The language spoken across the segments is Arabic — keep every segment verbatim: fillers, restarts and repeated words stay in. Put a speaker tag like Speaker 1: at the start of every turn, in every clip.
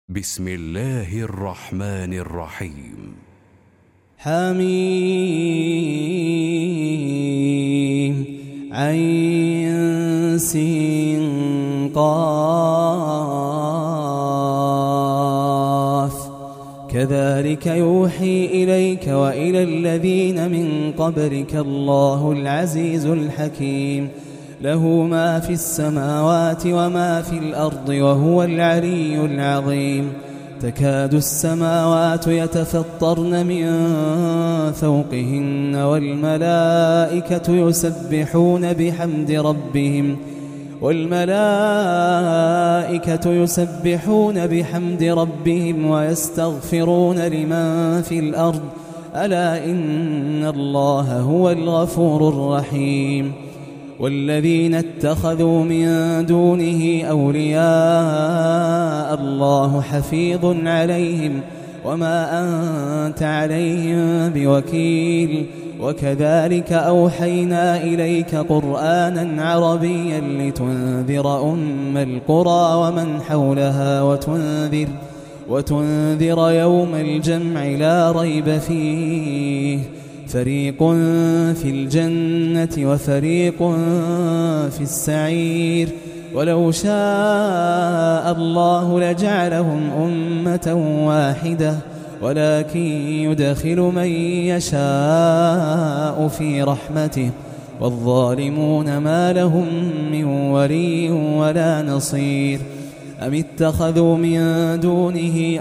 Speaker 1: بسم الله الرحمن الرحيم.
Speaker 2: حميم عين سين قاف كذلك يوحي إليك وإلى الذين من قبلك الله العزيز الحكيم له ما في السماوات وما في الأرض وهو العلي العظيم. تكاد السماوات يتفطرن من فوقهن والملائكة يسبحون بحمد ربهم والملائكة يسبحون بحمد ربهم ويستغفرون لمن في الأرض ألا إن الله هو الغفور الرحيم. والذين اتخذوا من دونه أولياء الله حفيظ عليهم وما أنت عليهم بوكيل. وكذلك أوحينا إليك قرآنا عربيا لتنذر أم القرى ومن حولها وتنذر, وتنذر يوم الجمع لا ريب فيه فريق في الجنة وفريق في السعير. ولو شاء الله لجعلهم أمة واحدة ولكن يدخل من يشاء في رحمته والظالمون ما لهم من ولي ولا نصير. أم اتخذوا من دونه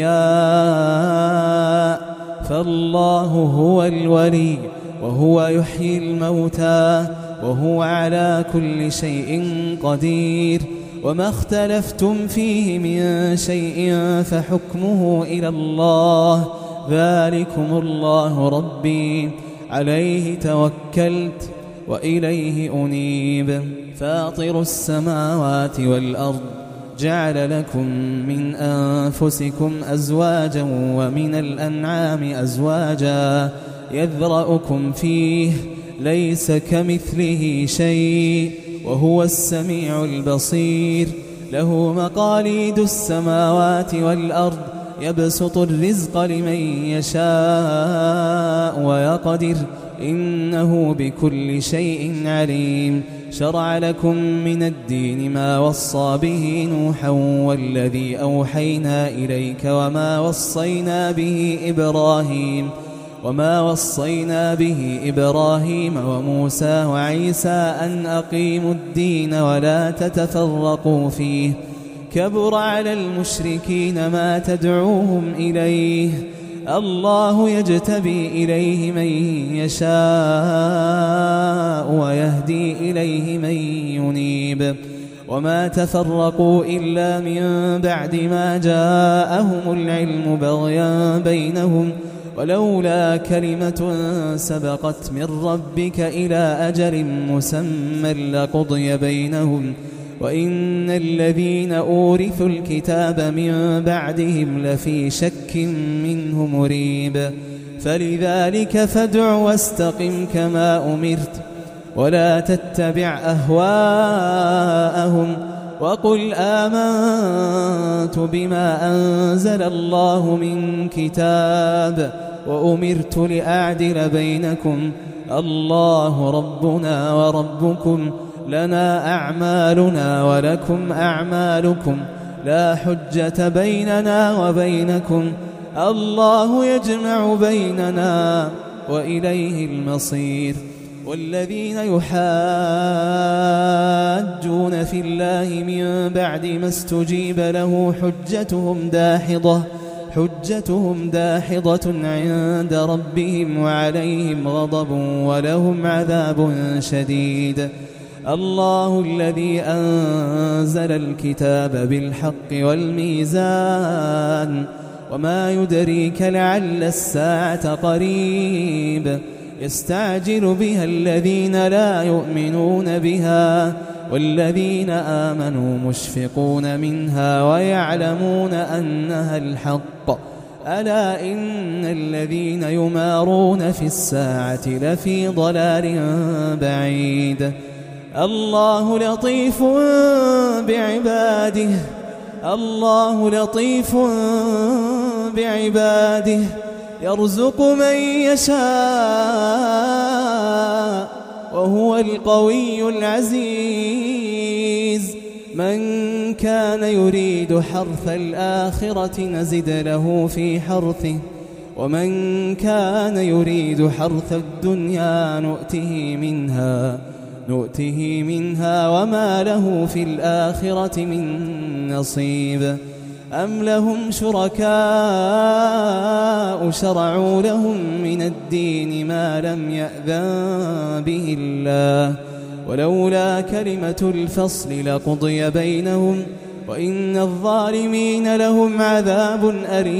Speaker 2: أولياء فالله هو الولي وهو يحيي الموتى وهو على كل شيء قدير. وما اختلفتم فيه من شيء فحكمه إلى الله ذلكم الله ربي عليه توكلت وإليه أنيب. فاطر السماوات والأرض جعل لكم من أنفسكم أزواجا ومن الأنعام أزواجا يذرأكم فيه ليس كمثله شيء وهو السميع البصير. له مقاليد السماوات والأرض يبسط الرزق لمن يشاء ويقدر إنه بكل شيء عليم. شرع لكم من الدين ما وصى به نوحا والذي أوحينا إليك وما وصينا به إبراهيم وما وصينا به إبراهيم وموسى وعيسى أن أقيموا الدين ولا تتفرقوا فيه كبر على المشركين ما تدعوهم إليه الله يجتبي إليه من يشاء ويهدي إليه من ينيب. وما تفرقوا إلا من بعد ما جاءهم العلم بغيا بينهم ولولا كلمة سبقت من ربك إلى أجل مسمى لقضي بينهم وإن الذين أورثوا الكتاب من بعدهم لفي شك منه مريب. فلذلك فادع واستقم كما أمرت ولا تتبع أهواءهم وقل آمنت بما أنزل الله من كتاب وأمرت لأعدل بينكم الله ربنا وربكم لنا أعمالنا ولكم أعمالكم لا حجة بيننا وبينكم الله يجمع بيننا وإليه المصير. والذين يحاجون في الله من بعد ما استجيب له حجتهم داحضة حجتهم داحضة عند ربهم وعليهم غضب ولهم عذاب شديد. الله الذي أنزل الكتاب بالحق والميزان وما يدريك لعل الساعة قريب يستعجل بها الذين لا يؤمنون بها والذين آمنوا مشفقون منها ويعلمون أنها الحق ألا إن الذين يمارون في الساعة لفي ضلال بعيد. الله لطيف بعباده الله لطيف بعباده يرزق من يشاء وهو القوي العزيز من كان يريد حرث الآخرة نزد له في حرثه ومن كان يريد حرث الدنيا نؤته منها نؤته منها وما له في الآخرة من نصيب أم لهم شركاء شرعوا لهم من الدين ما لم يأذن به الله ولولا كلمة الفصل لقضي بينهم وإن الظالمين لهم عذاب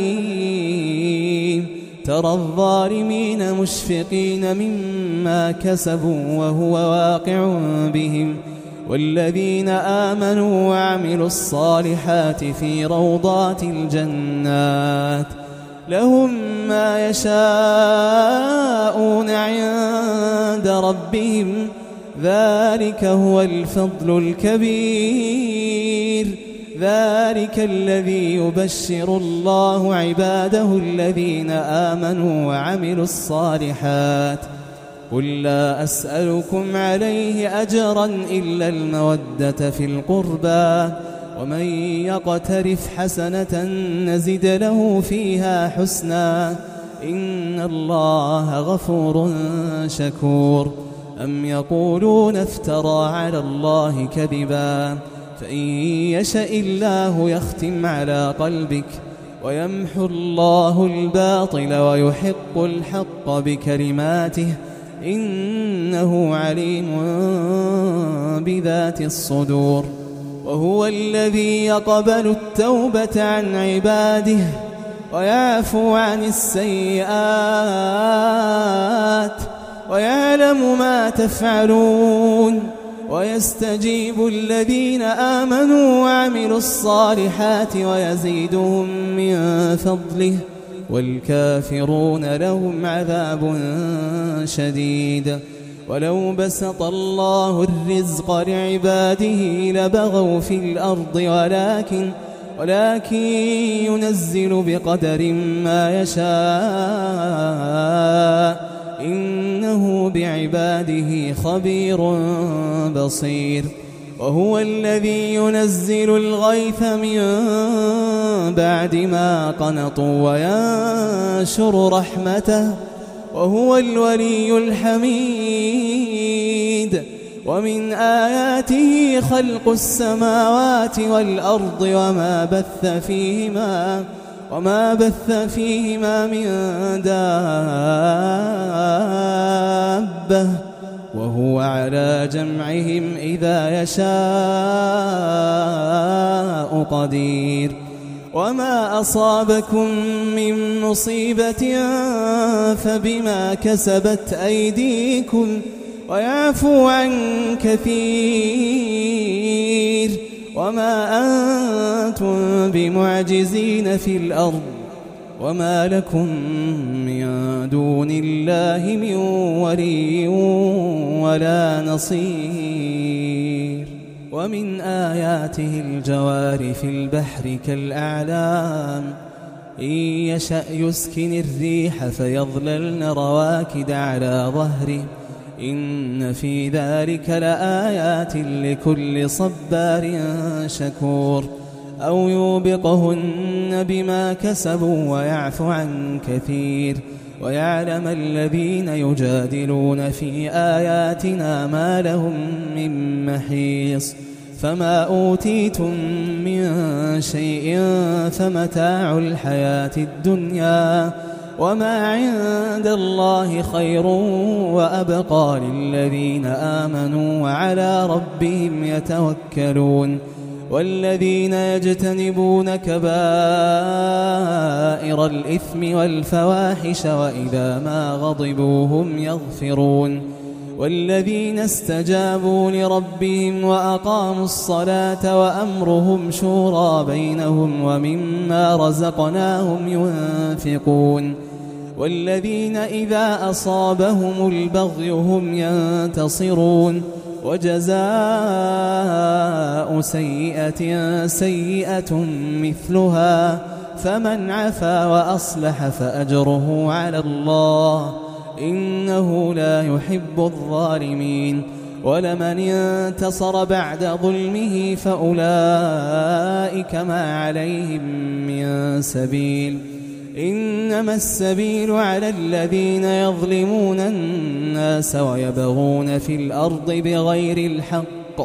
Speaker 2: أليم ترى الظالمين مشفقين مما كسبوا وهو واقع بهم والذين آمنوا وعملوا الصالحات في روضات الجنات لهم ما يشاءون عند ربهم ذلك هو الفضل الكبير ذلك الذي يبشر الله عباده الذين آمنوا وعملوا الصالحات قل لا أسألكم عليه أجرا إلا المودة في القربى ومن يقترف حسنة نزد له فيها حسنا إن الله غفور شكور أم يقولون افترى على الله كذبا فإن يشاء الله يختم على قلبك ويمحو الله الباطل ويحق الحق بكلماته إنه عليم بذات الصدور وهو الذي يقبل التوبة عن عباده ويعفو عن السيئات ويعلم ما تفعلون ويستجيب الذين آمنوا وعملوا الصالحات ويزيدهم من فضله والكافرون لهم عذاب شديد ولو بسط الله الرزق لعباده لبغوا في الأرض ولكن ولكن ينزل بقدر ما يشاء إنه بعباده خبير بصير وهو الذي ينزل الغيث من بعد ما قنطوا وينشر رحمته وهو الولي الحميد ومن آياته خلق السماوات والأرض وما بث فيهما وما بث فيهما من دابة وهو على جمعهم إذا يشاء قدير وما أصابكم من مصيبة فبما كسبت أيديكم ويعفو عن كثير وما أنتم بمعجزين في الأرض وما لكم من دون الله من ولي ولا نصير ومن آياته الجوار في البحر كالأعلام إن يشأ يسكن الريح فيظللن رواكد على ظهره إن في ذلك لآيات لكل صبار شكور أو يوبقهن بما كسبوا ويعفو عن كثير ويعلم الذين يجادلون في آياتنا ما لهم من محيص فما أوتيتم من شيء فمتاع الحياة الدنيا وما عند الله خير وأبقى للذين آمنوا وعلى ربهم يتوكلون والذين يجتنبون كبائر الإثم والفواحش وإذا ما غضبوا هم يغفرون والذين استجابوا لربهم وأقاموا الصلاة وأمرهم شورى بينهم ومما رزقناهم ينفقون والذين إذا أصابهم البغي هم ينتصرون وجزاء سيئة سيئة مثلها فمن عفا وأصلح فأجره على الله إنه لا يحب الظالمين ولمن انتصر بعد ظلمه فأولئك ما عليهم من سبيل إنما السبيل على الذين يظلمون الناس ويبغون في الأرض بغير الحق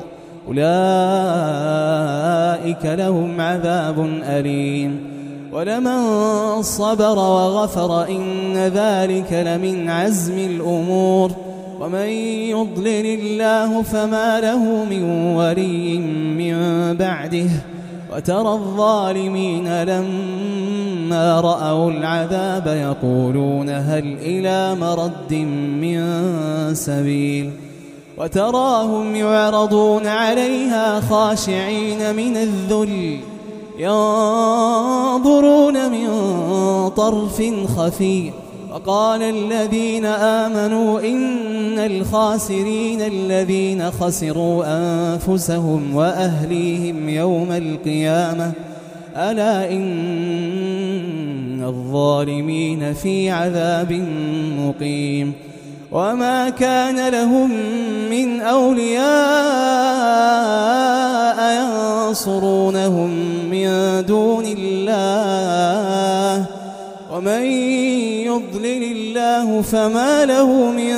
Speaker 2: أولئك لهم عذاب أليم ولمن صبر وغفر إن ذلك لمن عزم الأمور ومن يضلل الله فما له من ولي من بعده وترى الظالمين لما رأوا العذاب يقولون هل إلى مرد من سبيل وتراهم يعرضون عليها خاشعين من الذل ينظرون من طرف خفي وقال الذين آمنوا إن الخاسرين الذين خسروا أنفسهم وأهليهم يوم القيامة ألا إن الظالمين في عذاب مقيم وما كان لهم من أولياء ينصرونهم من دون الله ومن يضلل الله فما له من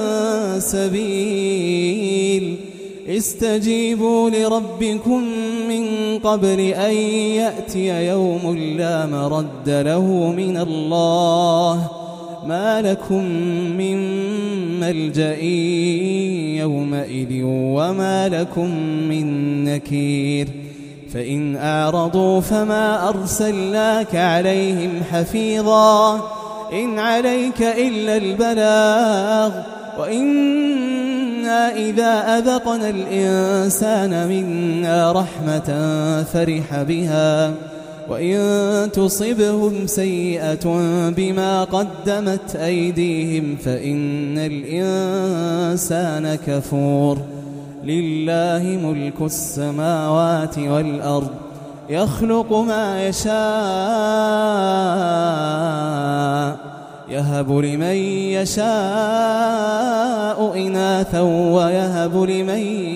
Speaker 2: سبيل استجيبوا لربكم من قبل أن يأتي يوم لا مرد له من الله ما لكم من ملجأ يومئذ وما لكم من نكير فإن أعرضوا فما أرسلناك عليهم حفيظا إن عليك إلا البلاغ وإنا إذا أذقنا الإنسان منا رحمة فرح بها وإن تصبهم سيئة بما قدمت أيديهم فإن الإنسان كفور لله ملك السماوات والأرض يخلق ما يشاء يهب لمن يشاء إناثا ويهب لمن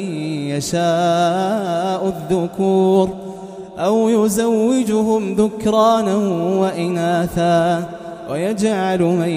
Speaker 2: يشاء الذكور أو يزوجهم ذكرانا وإناثا ويجعل من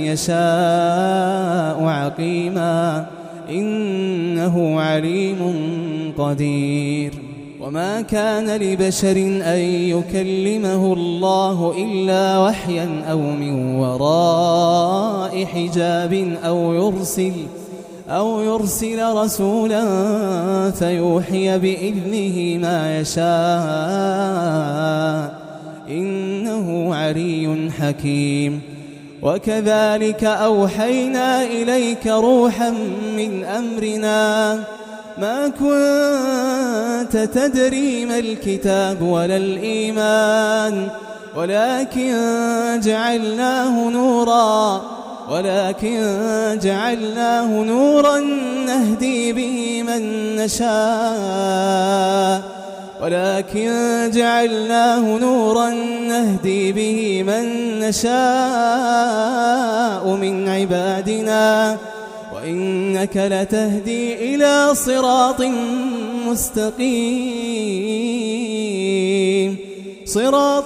Speaker 2: يشاء عقيما إنه عليم قدير وما كان لبشر أن يكلمه الله إلا وحيا أو من وراء حجاب أو يرسل أو يرسل رسولا فيوحي بإذنه ما يشاء إنه علي حكيم وكذلك أوحينا إليك روحا من أمرنا ما كنت تدري ما الكتاب ولا الإيمان ولكن جعلناه نورا ولكن جعلناه نورا نهدي به من نشاء ولكن جعلناه نورا نهدي به من نشاء من عبادنا وإنك لتهدي إلى صراط مستقيم صراط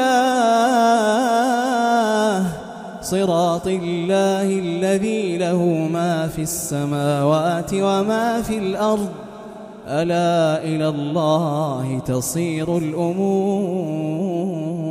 Speaker 2: الله صراط الله الذي له ما في السماوات وما في الأرض ألا إلى الله تصير الأمور.